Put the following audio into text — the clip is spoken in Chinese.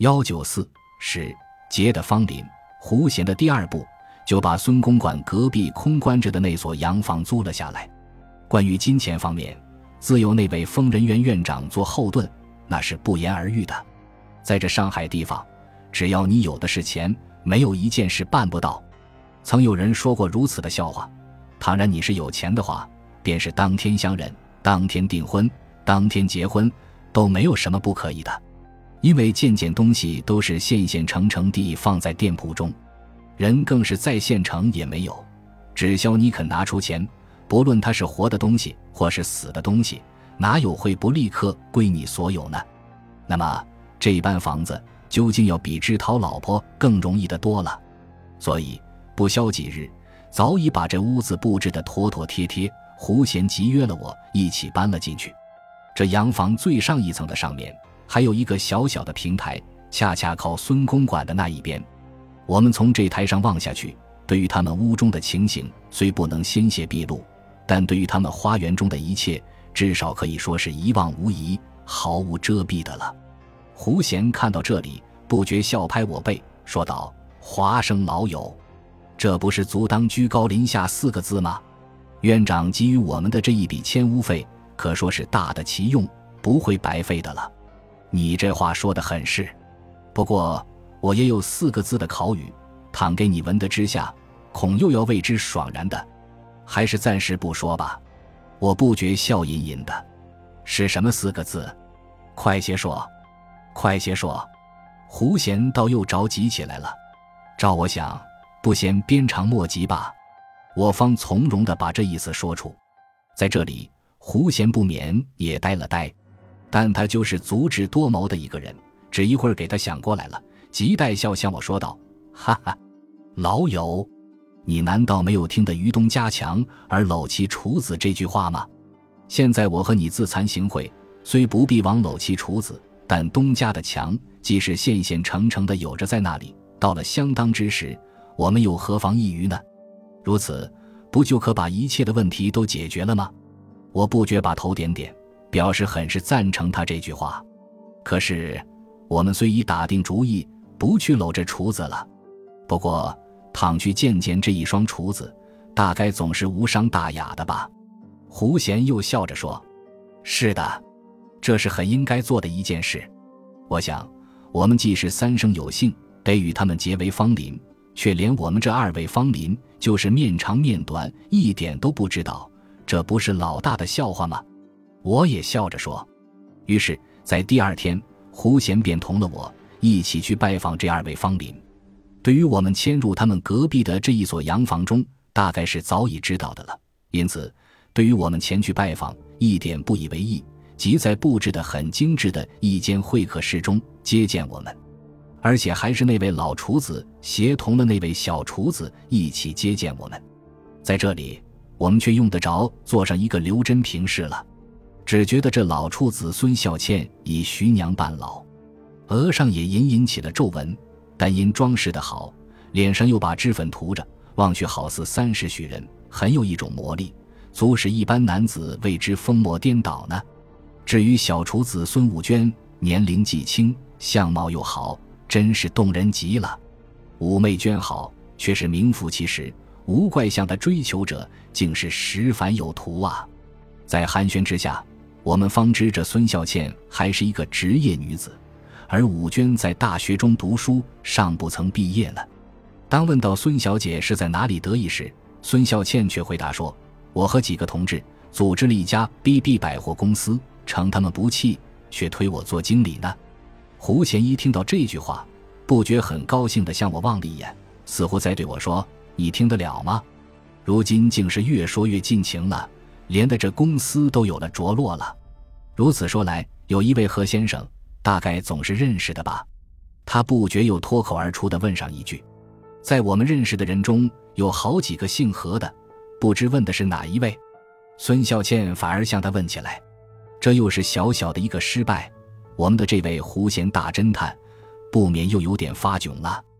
194是劫的芳邻，胡贤的第二步就把孙公馆隔壁空关着的那所洋房租了下来。关于金钱方面，自有那位疯人院院长做后盾，那是不言而喻的。在这上海地方，只要你有的是钱，没有一件事办不到。曾有人说过如此的笑话，倘然你是有钱的话，便是当天相认，当天订婚，当天结婚，都没有什么不可以的。因为件件东西都是现现成成地放在店铺中，人更是在县城也没有，只消你肯拿出钱，不论它是活的东西或是死的东西，哪有会不立刻归你所有呢？那么这般房子究竟要比之讨老婆更容易得多了。所以不消几日，早已把这屋子布置得妥妥帖帖，胡贤急约了我一起搬了进去。这洋房最上一层的上面还有一个小小的平台，恰恰靠孙公馆的那一边。我们从这台上望下去，对于他们屋中的情形虽不能鲜血毕露，但对于他们花园中的一切，至少可以说是一望无遗，毫无遮蔽的了。胡贤看到这里，不觉笑拍我背，说道：华生老友，这不是足当居高临下4个字吗？院长给予我们的这一笔迁屋费，可说是大的其用，不会白费的了。你这话说得很是，不过我也有4个字的考语，倘给你闻得之下，恐又要为之爽然的，还是暂时不说吧。我不觉笑吟吟的。是什么4个字？快些说，快些说。胡贤倒又着急起来了。照我想，不嫌鞭长莫及吧。我方从容地把这意思说出。在这里，胡贤不免也呆了呆，但他就是足智多谋的一个人，只一会儿给他想过来了，急带笑向我说道：哈哈，老友，你难道没有听得于东家强而搂其处子这句话吗？现在我和你自惭形秽，虽不必往搂其处子，但东家的强既是现现成成的有着在那里，到了相当之时，我们又何妨异于呢？如此不就可把一切的问题都解决了吗？我不觉把头点点，表示很是赞成他这句话。可是我们虽已打定主意不去搂这厨子了，不过倘去见见这一双厨子，大概总是无伤大雅的吧。胡贤又笑着说：是的，这是很应该做的一件事。我想我们既是3生有幸得与他们结为芳邻，却连我们这2位芳邻就是面长面短一点都不知道，这不是老大的笑话吗？我也笑着说。于是在第2天，胡贤便同了我一起去拜访这2位芳邻。对于我们迁入他们隔壁的这一所洋房中，大概是早已知道的了，因此对于我们前去拜访一点不以为意，即在布置得很精致的一间会客室中接见我们，而且还是那位老厨子协同了那位小厨子一起接见我们。在这里我们却用得着做上一个刘真平事了，只觉得这老处子孙孝倩已徐娘半老，额上也隐隐起了皱纹，但因装饰得好，脸上又把脂粉涂着，望去好似30许人，很有一种魔力，足使一般男子为之疯魔颠倒呢。至于小厨子孙武娟，年龄既轻，相貌又好，真是动人极了。武媚娟好，却是名副其实，无怪向她追求者竟是十凡有图啊。在寒暄之下，我们方知这孙孝倩还是一个职业女子，而武娟在大学中读书，尚不曾毕业呢。当问到孙小姐是在哪里得意时，孙孝倩却回答说：我和几个同志组织了一家 BB 百货公司，承他们不弃，却推我做经理呢。胡贤一听到这句话，不觉很高兴地向我望了一眼，似乎在对我说：你听得了吗？如今竟是越说越尽情了，连的这公司都有了着落了。如此说来，有一位何先生，大概总是认识的吧。他不觉又脱口而出地问上一句：在我们认识的人中，有好几个姓何的，不知问的是哪一位？孙孝倩反而向他问起来。这又是小小的一个失败，我们的这位胡贤大侦探不免又有点发窘了。